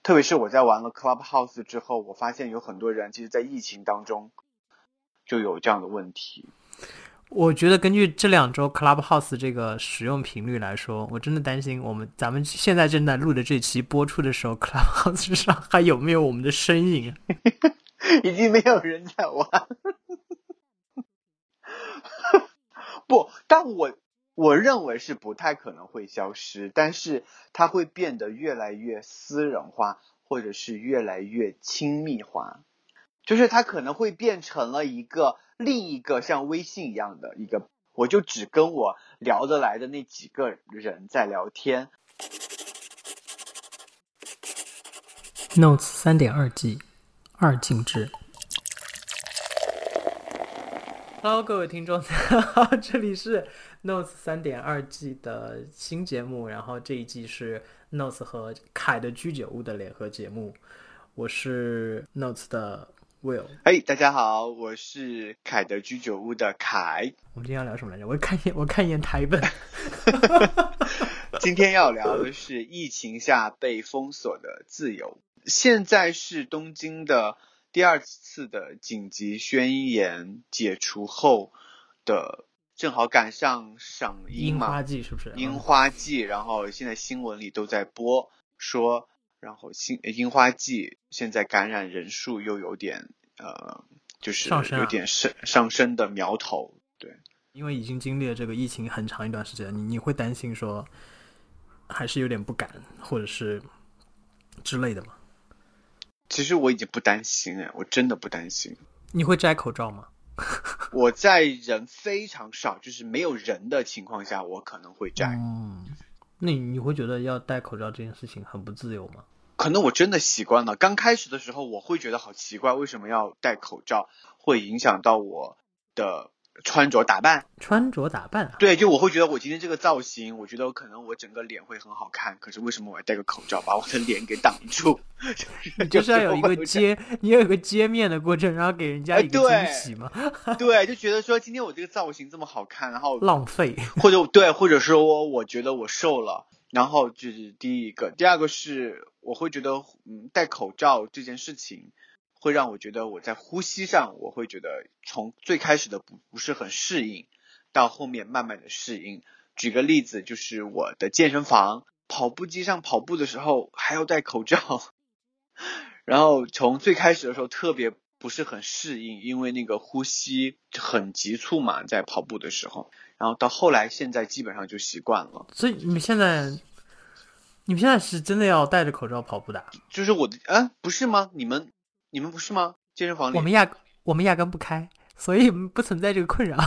特别是我在玩了 Clubhouse 之后，我发现有很多人其实在疫情当中就有这样的问题。 我觉得根据这2周 Clubhouse 这个使用频率来说，我真的担心咱们现在正在录的这期播出的时候 Clubhouse 上还有没有我们的身影。 已经没有人在玩不，但我认为是不太可能会消失，但是它会变得越来越私人化，或者是越来越亲密化，就是它可能会变成了另一个像微信一样的一个，我就只跟我聊得来的那几个人在聊天。 Notes 3.2 季2进制。Hello， 各位听众，这里是 Notes 3.2 季的新节目，然后这一季是 Notes 和凯的居酒屋的联合节目。我是 Notes 的 Will。 大家好，我是凯的居酒屋的凯。 我们今天要聊什么来着？我看一眼台本。 今天要聊的是疫情下被封锁的自由。现在是东京的第2次的紧急宣言解除后的，正好赶上赏樱嘛， 樱花季是不是？ 樱花季，然后现在新闻里都在播说，然后樱花季现在感染人数又有点就是有点上升的苗头。对， 因为已经经历了这个疫情很长一段时间，你会担心说还是有点不敢或者是之类的吗？ 其实我已经不担心了，我真的不担心。 你会摘口罩吗？ 我在人非常少，就是没有人的情况下，我可能会摘。 那你会觉得要戴口罩这件事情很不自由吗？ 可能我真的习惯了。刚开始的时候我会觉得好奇怪，为什么要戴口罩，会影响到我的穿着打扮啊？对，就我会觉得我今天这个造型，我觉得可能我整个脸会很好看，可是为什么我要戴个口罩把我的脸给挡住？ 你就是要有一个你有一个揭面的过程，然后给人家一个惊喜嘛。 对，就觉得说今天我这个造型这么好看，然后浪费， 或者说我觉得我瘦了，然后这是第一个。第二个是我会觉得戴口罩这件事情会让我觉得我在呼吸上，我会觉得从最开始的不是很适应，到后面慢慢的适应。举个例子，就是我的健身房跑步机上跑步的时候还要戴口罩，然后从最开始的时候特别不是很适应，因为那个呼吸很急促嘛，在跑步的时候，然后到后来现在基本上就习惯了。 所以你们现在是真的要戴着口罩跑步的？就是我的不是吗？你们不是吗？健身房里我们压根不开，所以不存在这个困扰。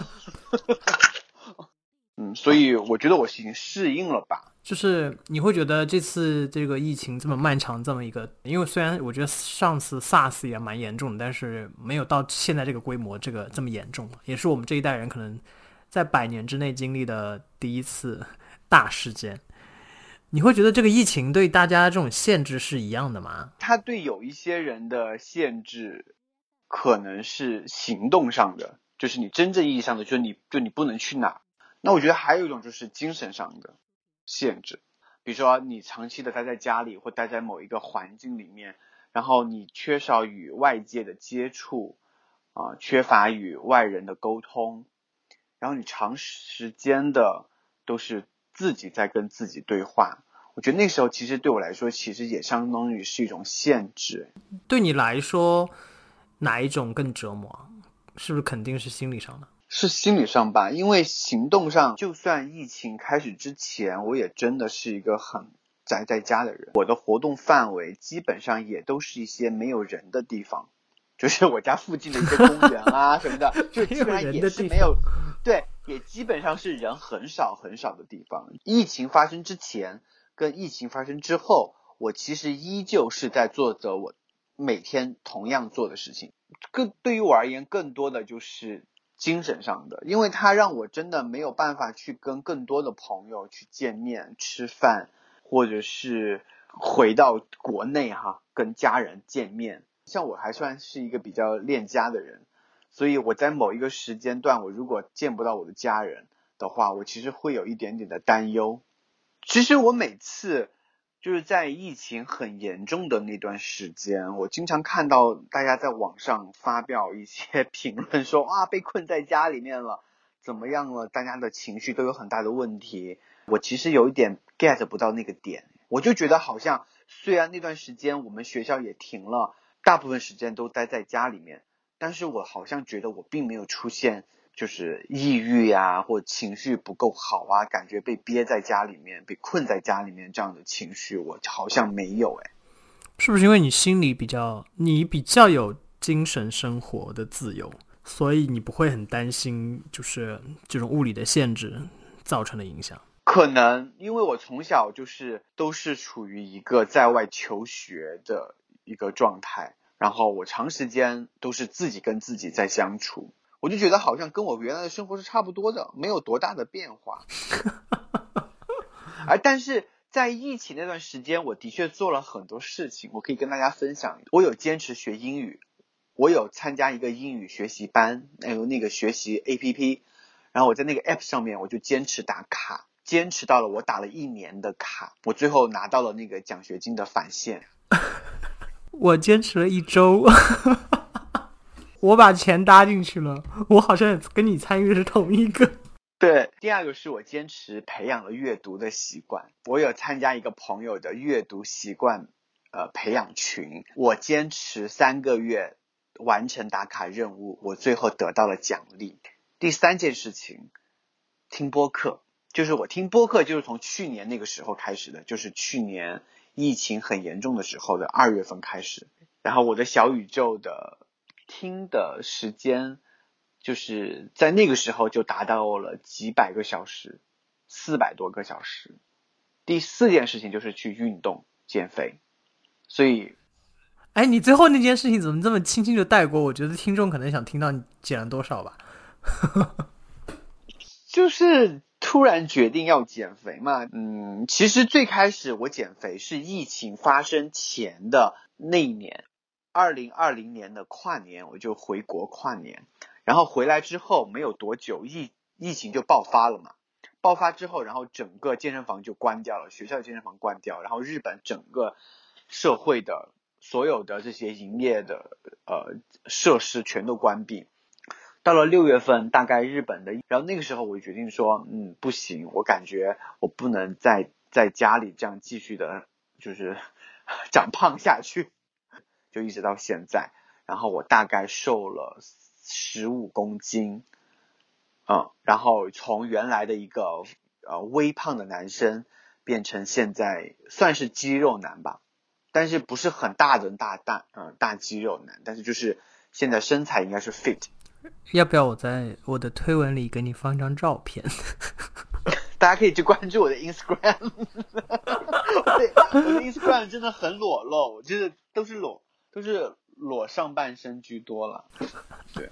所以我觉得我已经适应了吧。 就是你会觉得这次这个疫情这么漫长，这么一个，因为虽然我觉得上次 SARS 也蛮严重的，但是没有到现在这个规模这么严重，也是我们这一代人可能在100年之内经历的第一次大事件。你会觉得这个疫情对大家这种限制是一样的吗？ 它对有一些人的限制可能是行动上的，就是你真正意义上的，就你不能去哪。那我觉得还有一种就是精神上的限制，比如说你长期的待在家里或待在某一个环境里面，然后你缺少与外界的接触缺乏与外人的沟通，然后你长时间的都是自己在跟自己对话。我觉得那时候其实对我来说其实也相当于是一种限制。 对你来说哪一种更折磨？是不是肯定是心理上的？ 是心理上吧，因为行动上，就算疫情开始之前，我也真的是一个很宅在家的人。我的活动范围基本上也都是一些没有人的地方，就是我家附近的一些公园啊什么的，就基本上也是没有，对，也基本上是人很少很少的地方。疫情发生之前跟疫情发生之后，我其实依旧是在做着我每天同样做的事情。对于我而言，更多的就是精神上的，因为它让我真的没有办法去跟更多的朋友去见面吃饭，或者是回到国内跟家人见面。像我还算是一个比较恋家的人，所以我在某一个时间段，我如果见不到我的家人的话，我其实会有一点点的担忧。其实我每次就是在疫情很严重的那段时间，我经常看到大家在网上发表一些评论说啊，被困在家里面了，怎么样了，大家的情绪都有很大的问题。我其实有一点 get 不到那个点，我就觉得好像虽然那段时间我们学校也停了，大部分时间都待在家里面，但是我好像觉得我并没有出现就是抑郁啊，或情绪不够好啊，感觉被憋在家里面，被困在家里面这样的情绪，我好像没有。 是不是因为你心里比较有精神生活的自由，所以你不会很担心就是这种物理的限制造成的影响？ 可能因为我从小就是都是处于一个在外求学的一个状态，然后我长时间都是自己跟自己在相处，我就觉得好像跟我原来的生活是差不多的，没有多大的变化。但是在疫情那段时间，我的确做了很多事情，我可以跟大家分享。我有坚持学英语，我有参加一个英语学习班，还有那个学习 APP， 然后我在那个 APP 上面我就坚持打卡，坚持到了我打了1年的卡，我最后拿到了那个奖学金的返现。 我坚持了1周。我把钱搭进去了，我好像跟你参与的是同一个。 对，第二个是我坚持培养了阅读的习惯，我有参加一个朋友的阅读习惯培养群，我坚持3个月完成打卡任务，我最后得到了奖励。第3件事情，听播客，就是我听播客就是从去年那个时候开始的，就是去年疫情很严重的时候的2月份开始，然后我的小宇宙的听的时间就是在那个时候就达到了几百个小时，400多个小时。第4件事情就是去运动减肥。所以你最后那件事情怎么这么轻轻就带过？我觉得听众可能想听到你减了多少吧。 就是突然决定要减肥嘛。其实最开始我减肥是疫情发生前的那一年，2020年的跨年我就回国跨年，然后回来之后没有多久疫情就爆发了嘛。爆发之后，然后整个健身房就关掉了，学校健身房关掉，然后日本整个社会的所有的这些营业的设施全都关闭。到了6月份，大概日本的，然后那个时候我决定说，不行，我感觉我不能在家里这样继续的，就是长胖下去，就一直到现在。然后我大概瘦了15公斤，然后从原来的一个微胖的男生变成现在算是肌肉男吧，但是不是很大的大肌肉男，但是就是现在身材应该是 fit。 要不要我在我的推文里给你放张照片？ 大家可以去关注我的 Instagram。 我的 Instagram 真的很裸露，就是都是裸上半身居多了。对。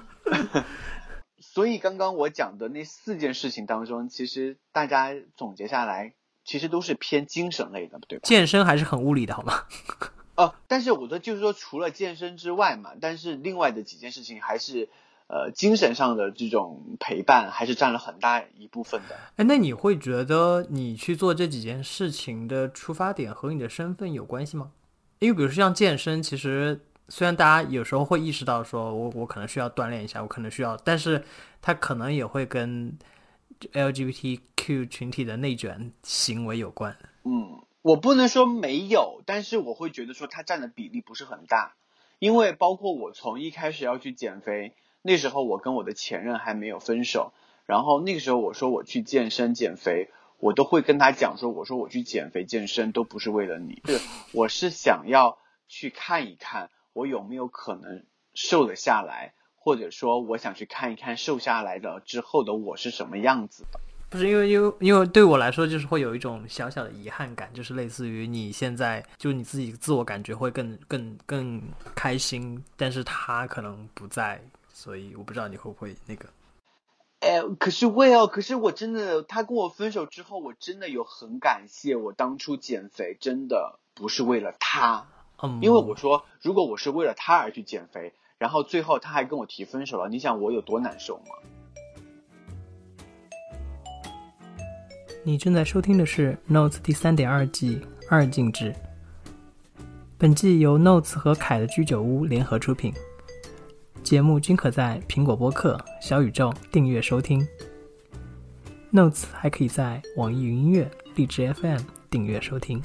所以刚刚我讲的那4件事情当中，其实大家总结下来其实都是偏精神类的，对吧？ 健身还是很物理的好吗？ 但是我的就是说除了健身之外嘛，但是另外的几件事情还是精神上的这种陪伴还是占了很大一部分的。 那你会觉得你去做这几件事情的出发点和你的身份有关系吗？因为比如说像健身，其实虽然大家有时候会意识到说我可能需要锻炼一下，我可能需要，但是它可能也会跟 LGBTQ 群体的内卷行为有关。 我不能说没有，但是我会觉得说它占的比例不是很大。因为包括我从一开始要去减肥，那时候我跟我的前任还没有分手，然后那个时候我说我去健身减肥，我都会跟他讲说，我说我去减肥健身都不是为了你，我是想要去看一看我有没有可能瘦得下来，或者说我想去看一看瘦下来了之后的我是什么样子的。 不是因为对我来说，就是会有一种小小的遗憾感，就是类似于你现在就你自己自我感觉会更开心，但是他可能不在，所以我不知道你会不会那个。 可是我真的，他跟我分手之后，我真的有很感谢我当初减肥，真的不是为了他。因为我说如果我是为了他而去减肥，然后最后他还跟我提分手了，你想我有多难受吗？ 你正在收听的是 Notes 第3.2季二进制。本季由 Notes 和凯的居酒屋联合出品，节目均可在苹果播客、小宇宙订阅收听。Notes 还可以在网易云音乐、荔枝 FM 订阅收听。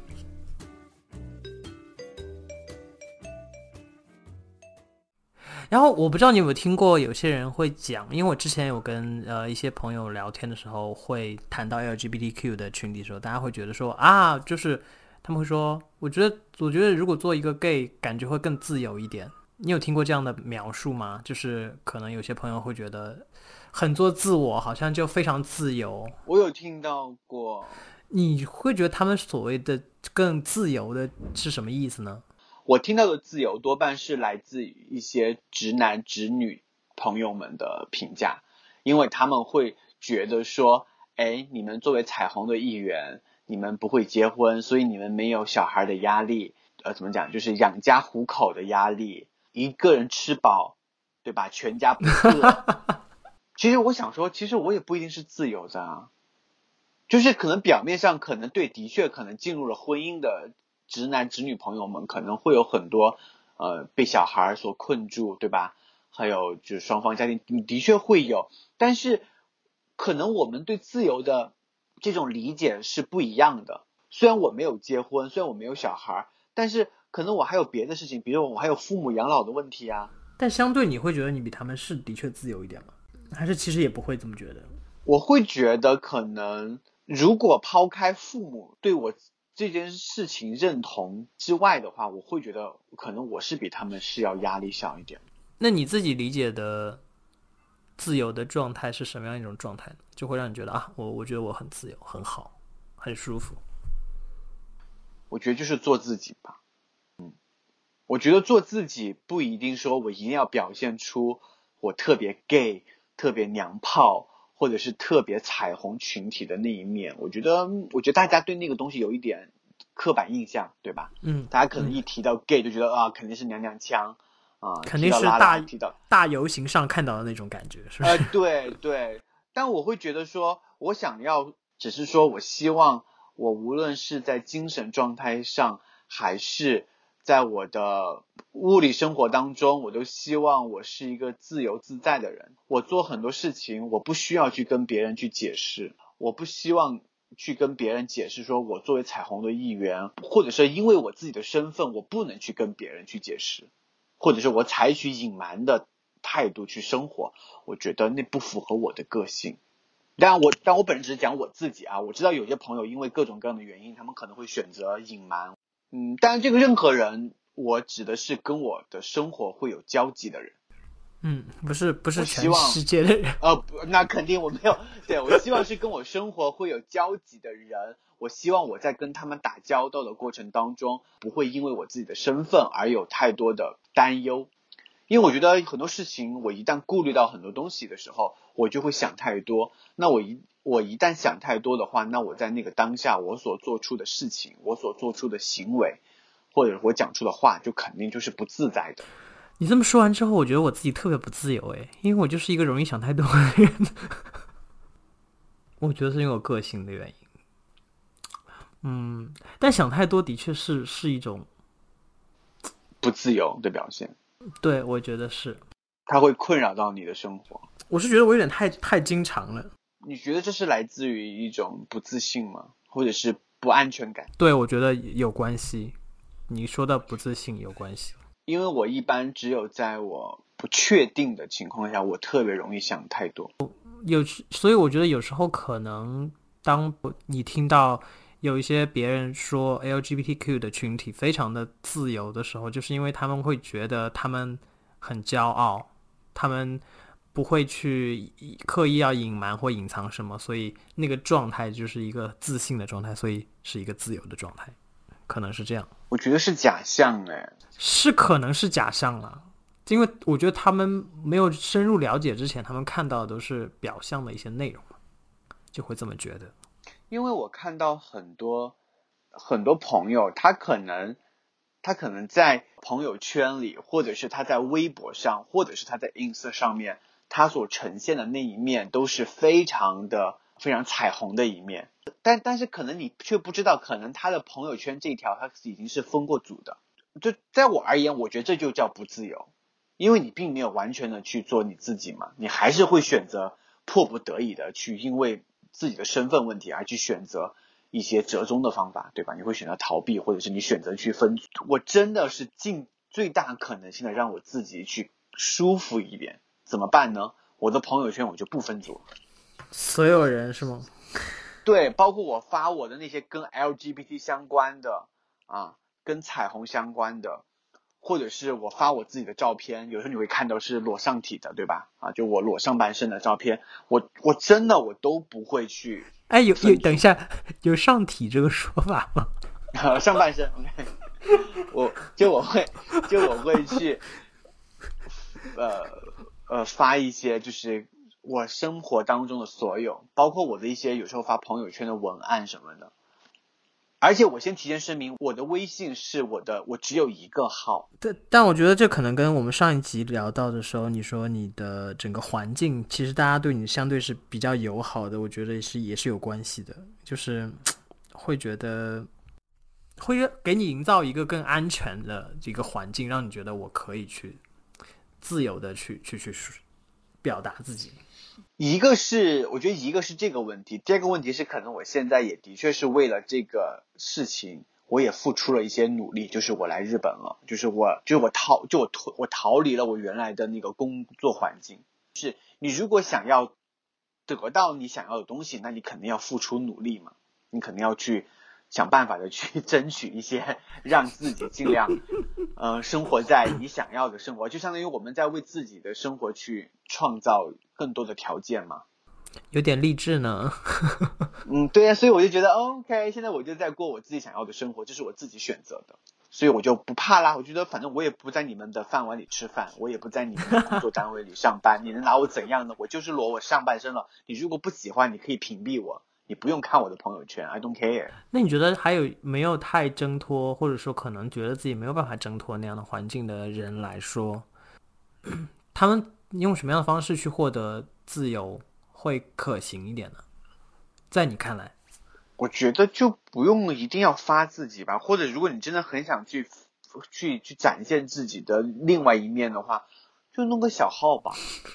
然后我不知道你有没有听过，有些人会讲，因为我之前有跟一些朋友聊天的时候，会谈到 LGBTQ 的群体的时候，大家会觉得说啊，就是他们会说，我觉得如果做一个 gay， 感觉会更自由一点。你有听过这样的描述吗？就是可能有些朋友会觉得很做自我，好像就非常自由。 我有听到过。 你会觉得他们所谓的更自由的是什么意思呢？ 我听到的自由多半是来自于一些直男直女朋友们的评价，因为他们会觉得说，你们作为彩虹的一员，你们不会结婚，所以你们没有小孩的压力，怎么讲，就是养家糊口的压力，一个人吃饱，对吧？全家不饿。其实我想说，其实我也不一定是自由的啊，就是可能表面上可能对，的确可能进入了婚姻的直男直女朋友们可能会有很多被小孩所困住，对吧？还有就是双方家庭的确会有，但是可能我们对自由的这种理解是不一样的。虽然我没有结婚，虽然我没有小孩，但是可能我还有别的事情，比如我还有父母养老的问题啊。 但相对你会觉得你比他们是的确自由一点吗？还是其实也不会这么觉得？ 我会觉得可能如果抛开父母对我这件事情认同之外的话，我会觉得可能我是比他们是要压力小一点。 那你自己理解的自由的状态是什么样一种状态呢？就会让你觉得啊，我觉得我很自由，很好，很舒服。 我觉得就是做自己吧。我觉得做自己不一定说我一定要表现出我特别 gay、特别娘炮，或者是特别彩虹群体的那一面。我觉得大家对那个东西有一点刻板印象，对吧？大家可能一提到 gay 就觉得啊，肯定是娘娘腔啊， 肯定是大游行上看到的那种感觉，是吧？ 对对。但我会觉得说，我想要，只是说我希望我无论是在精神状态上，还是在我的物理生活当中，我都希望我是一个自由自在的人。我做很多事情，我不需要去跟别人去解释，我不希望去跟别人解释说我作为彩虹的一员，或者是因为我自己的身份，我不能去跟别人去解释，或者是我采取隐瞒的态度去生活，我觉得那不符合我的个性。但我本人只是讲我自己啊，我知道有些朋友因为各种各样的原因，他们可能会选择隐瞒。当然这个任何人，我指的是跟我的生活会有交集的人。 不是全世界的人。 那肯定我没有。对，我希望是跟我生活会有交集的人。我希望我在跟他们打交道的过程当中，不会因为我自己的身份而有太多的担忧。因为我觉得很多事情，我一旦顾虑到很多东西的时候，我就会想太多。那我一旦想太多的话，那我在那个当下，我所做出的事情，我所做出的行为，或者我讲出的话，就肯定就是不自在的。 你这么说完之后，我觉得我自己特别不自由因为我就是一个容易想太多的人。我觉得是因为我个性的原因。但想太多的确是一种不自由的表现。 对，我觉得是。 它会困扰到你的生活。 我是觉得我有点太经常了。 你觉得这是来自于一种不自信吗？或者是不安全感？ 对，我觉得有关系。你说的不自信有关系。 因为我一般只有在我不确定的情况下，我特别容易想太多。 所以我觉得有时候可能当你听到有一些别人说 LGBTQ 的群体非常的自由的时候，就是因为他们会觉得他们很骄傲，他们不会去刻意要隐瞒或隐藏什么，所以那个状态就是一个自信的状态，所以是一个自由的状态，可能是这样。 我觉得是假象是可能是假象了，因为我觉得他们没有深入了解之前，他们看到的都是表象的一些内容，就会这么觉得。 因为我看到很多朋友，他可能在朋友圈里，或者是他在微博上，或者是他在 ins 上面，他所呈现的那一面都是非常的非常彩虹的一面，但是可能你却不知道，可能他的朋友圈这一条他已经是封过组的。就在我而言，我觉得这就叫不自由，因为你并没有完全的去做你自己嘛，你还是会选择迫不得已的去因为自己的身份问题而去选择一些折中的方法，对吧？你会选择逃避，或者是你选择去分组。我真的是尽最大可能性的让我自己去舒服一点，怎么办呢？我的朋友圈我就不分组， 所有人是吗？ 对，包括我发我的那些跟 LGBT 相关的啊，跟彩虹相关的，或者是我发我自己的照片，有时候你会看到是裸上体的，对吧？啊，就我裸上半身的照片，我真的我都不会去。 哎，等一下，有上体这个说法吗？ 上半身 ，OK， 我会去发一些就是我生活当中的所有，包括我的一些有时候发朋友圈的文案什么的。而且我先提前声明，我的微信是我只有一个号。 但我觉得这可能跟我们上一集聊到的时候，你说你的整个环境，其实大家对你相对是比较友好的，我觉得也是有关系的，就是会觉得会给你营造一个更安全的一个环境，让你觉得我可以去自由的去表达自己。 我觉得一个是这个问题，第二个问题是可能我现在也的确是为了这个事情，我也付出了一些努力，就是我来日本了，我逃离了我原来的那个工作环境。是你如果想要得到你想要的东西，那你肯定要付出努力嘛，你肯定要去想办法的去争取一些让自己尽量生活在你想要的生活，就相当于我们在为自己的生活去创造更多的条件嘛。 有点励志呢。 对啊，所以我就觉得 OK， 现在我就在过我自己想要的生活，这是我自己选择的，所以我就不怕啦。我觉得反正我也不在你们的饭碗里吃饭，我也不在你们的工作单位里上班，你能拿我怎样呢？我就是裸我上半身了，你如果不喜欢，你可以屏蔽我，你不用看我的朋友圈 ，I don't care。 那你觉得还有没有太挣脱，或者说可能觉得自己没有办法挣脱那样的环境的人来说，他们用什么样的方式去获得自由会可行一点呢？在你看来？ 我觉得就不用一定要发自己吧，或者如果你真的很想去展现自己的另外一面的话，就弄个小号吧。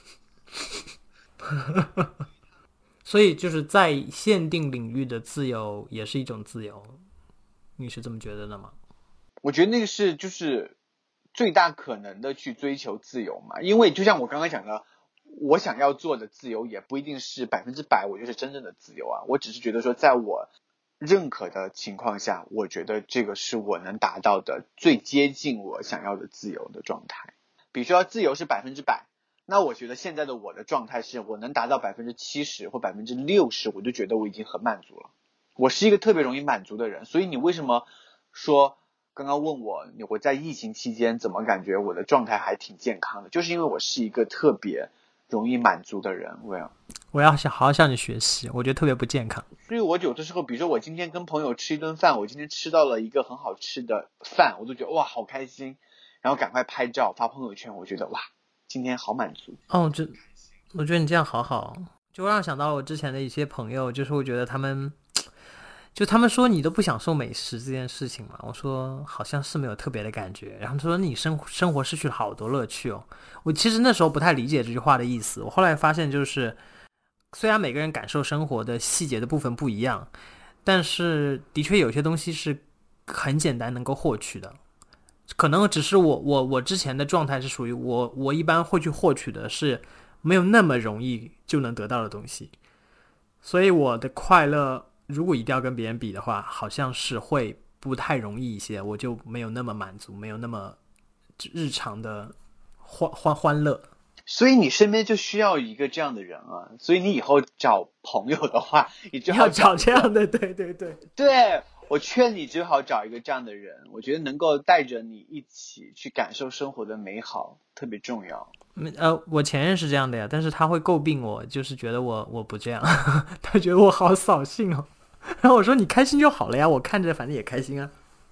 所以就是在限定领域的自由也是一种自由，你是这么觉得的吗？ 我觉得那个是就是最大可能的去追求自由嘛，因为就像我刚刚讲的，我想要做的自由也不一定是100%我就是真正的自由啊，我只是觉得说在我认可的情况下，我觉得这个是我能达到的最接近我想要的自由的状态。比如说自由是100%，那我觉得现在的我的状态是我能达到70%或60%，我就觉得我已经很满足了。我是一个特别容易满足的人，所以你为什么说刚刚问我在疫情期间怎么感觉我的状态还挺健康的，就是因为我是一个特别容易满足的人。 我要好好向你学习，我觉得特别不健康。 所以我有的时候，比如说我今天跟朋友吃一顿饭，我今天吃到了一个很好吃的饭，我都觉得哇好开心，然后赶快拍照发朋友圈，我觉得哇今天好满足。 我觉得你这样好好，就让我想到我之前的一些朋友，就是会觉得他们说你都不享受美食这件事情嘛，我说好像是没有特别的感觉，然后他说你生活失去了好多乐趣哦。我其实那时候不太理解这句话的意思，我后来发现就是虽然每个人感受生活的细节的部分不一样，但是的确有些东西是很简单能够获取的，可能只是我之前的状态是属于我一般会去获取的是没有那么容易就能得到的东西，所以我的快乐如果一定要跟别人比的话，好像是会不太容易一些，我就没有那么满足，没有那么日常的欢乐。 所以你身边就需要一个这样的人啊，所以你以后找朋友的话，你就要找这样的，对， 我劝你最好找一个这样的人，我觉得能够带着你一起去感受生活的美好特别重要。 我前任是这样的呀，但是他会诟病我，就是觉得我不这样，他觉得我好扫兴哦。然后我说你开心就好了呀，我看着反正也开心啊。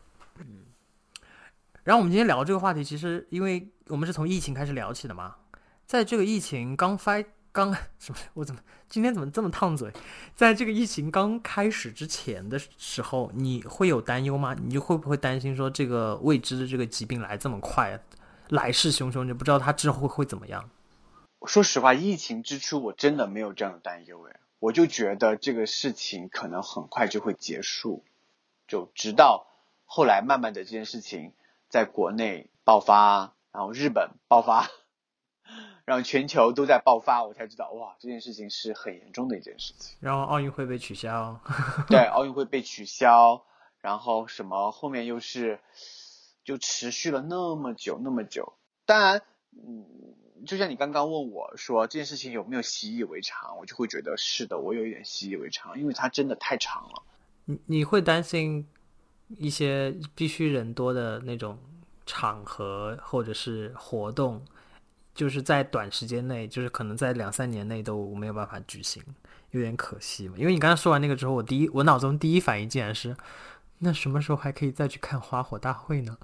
然后我们今天聊这个话题，其实因为我们是从疫情开始聊起的嘛，在这个疫情刚我今天怎么这么烫嘴？在这个疫情刚开始之前的时候，你会有担忧吗？你会不会担心说这个未知的这个疾病来这么快，来势汹汹，就不知道它之后会怎么样？ 说实话，疫情之初我真的没有这样的担忧我就觉得这个事情可能很快就会结束，就直到后来慢慢的这件事情在国内爆发，然后日本爆发，然后全球都在爆发，我才知道哇，这件事情是很严重的一件事情。 然后奥运会被取消， 对，奥运会被取消，然后什么后面又是就持续了那么久那么久。当然就像你刚刚问我说这件事情有没有习以为常，我就会觉得是的，我有一点习以为常，因为它真的太长了。 你会担心一些必须人多的那种场合或者是活动，就是在短时间内，就是可能在2-3年内都没有办法举行，有点可惜嘛。因为你刚刚说完那个之后，我脑中第一反应竟然是，那什么时候还可以再去看花火大会呢？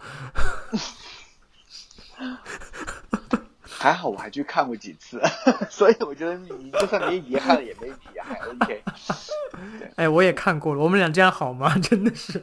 还好我还去看过几次，所以我觉得你就算没遗憾了也没提，还 OK。 哎，我也看过了，我们俩这样好吗？真的是。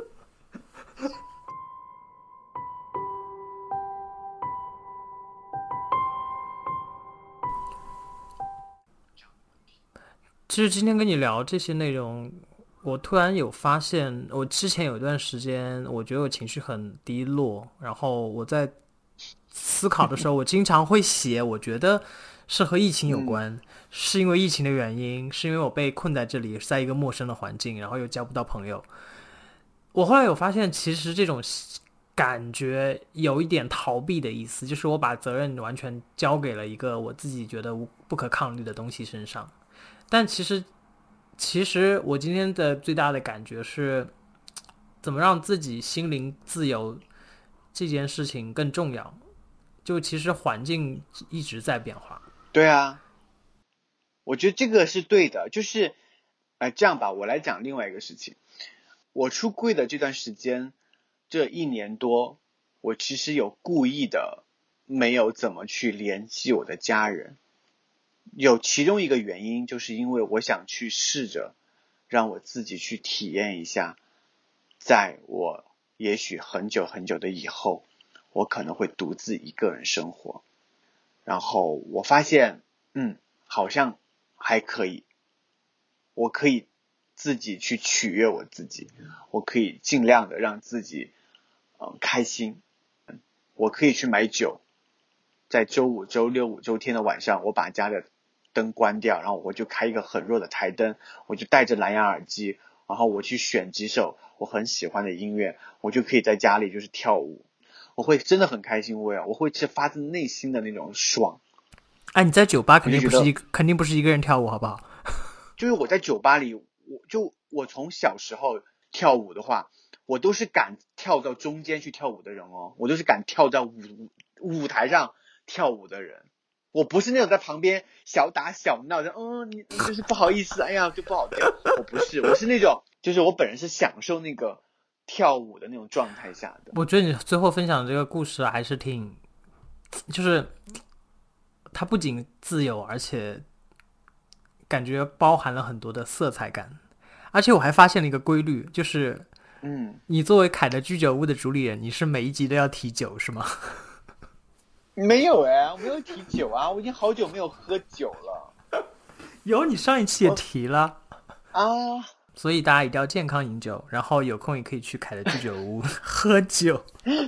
其实今天跟你聊这些内容，我突然有发现，我之前有一段时间，我觉得我情绪很低落，然后我在思考的时候，我经常会写，我觉得是和疫情有关，是因为疫情的原因，是因为我被困在这里，在一个陌生的环境，然后又交不到朋友。我后来有发现，其实这种感觉有一点逃避的意思，就是我把责任完全交给了一个我自己觉得不可抗力的东西身上。但其实我今天的最大的感觉是，怎么让自己心灵自由这件事情更重要。就其实环境一直在变化。 对啊，我觉得这个是对的。就是这样吧，我来讲另外一个事情。我出柜的这段时间，这1年多，我其实有故意的没有怎么去联系我的家人。有其中一个原因，就是因为我想去试着让我自己去体验一下，在我也许很久很久的以后，我可能会独自一个人生活。然后我发现好像还可以，我可以自己去取悦我自己，我可以尽量的让自己开心。我可以去买酒，在周5、周6、周天的晚上，我把家的灯关掉，然后我就开一个很弱的台灯，我就戴着蓝牙耳机，然后我去选几首我很喜欢的音乐，我就可以在家里就是跳舞，我会真的很开心，我会是发自内心的那种爽。 哎，你在酒吧肯定不是一个人跳舞，好不好？ 就是我在酒吧里，我从小时候跳舞的话，我都是敢跳到中间去跳舞的人哦，我都是敢跳到舞台上跳舞的人。我不是那种在旁边小打小闹的，你就是不好意思，哎呀就不好跳。我不是，我是那种，就是我本人是享受那个跳舞的那种状态下的。 我觉得你最后分享的这个故事还是就是它不仅自由，而且感觉包含了很多的色彩感。而且我还发现了一个规律，就是你作为凯的居酒屋的主理人，你是每一集都要提酒是吗？ 没有我没有提酒啊，我已经好久没有喝酒了。 有，你上一期也提了啊。 所以大家一定要健康饮酒，然后有空也可以去凯的居酒屋喝酒。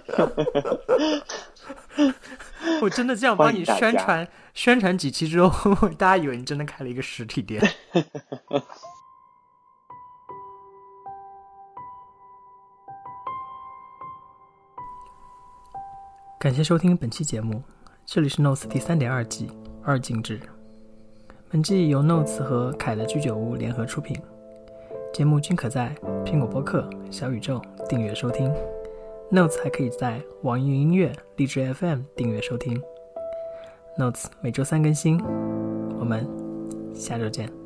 我真的这样帮你宣传几期之后，大家以为你真的开了一个实体店。感谢收听本期节目，这里是 Notes 第3.2季2进制。本季由 Notes 和凯的居酒屋联合出品，节目均可在苹果播客、小宇宙订阅收听。Notes 还可以在网易云音乐、荔枝 FM 订阅收听。Notes 每周3更新，我们下周见。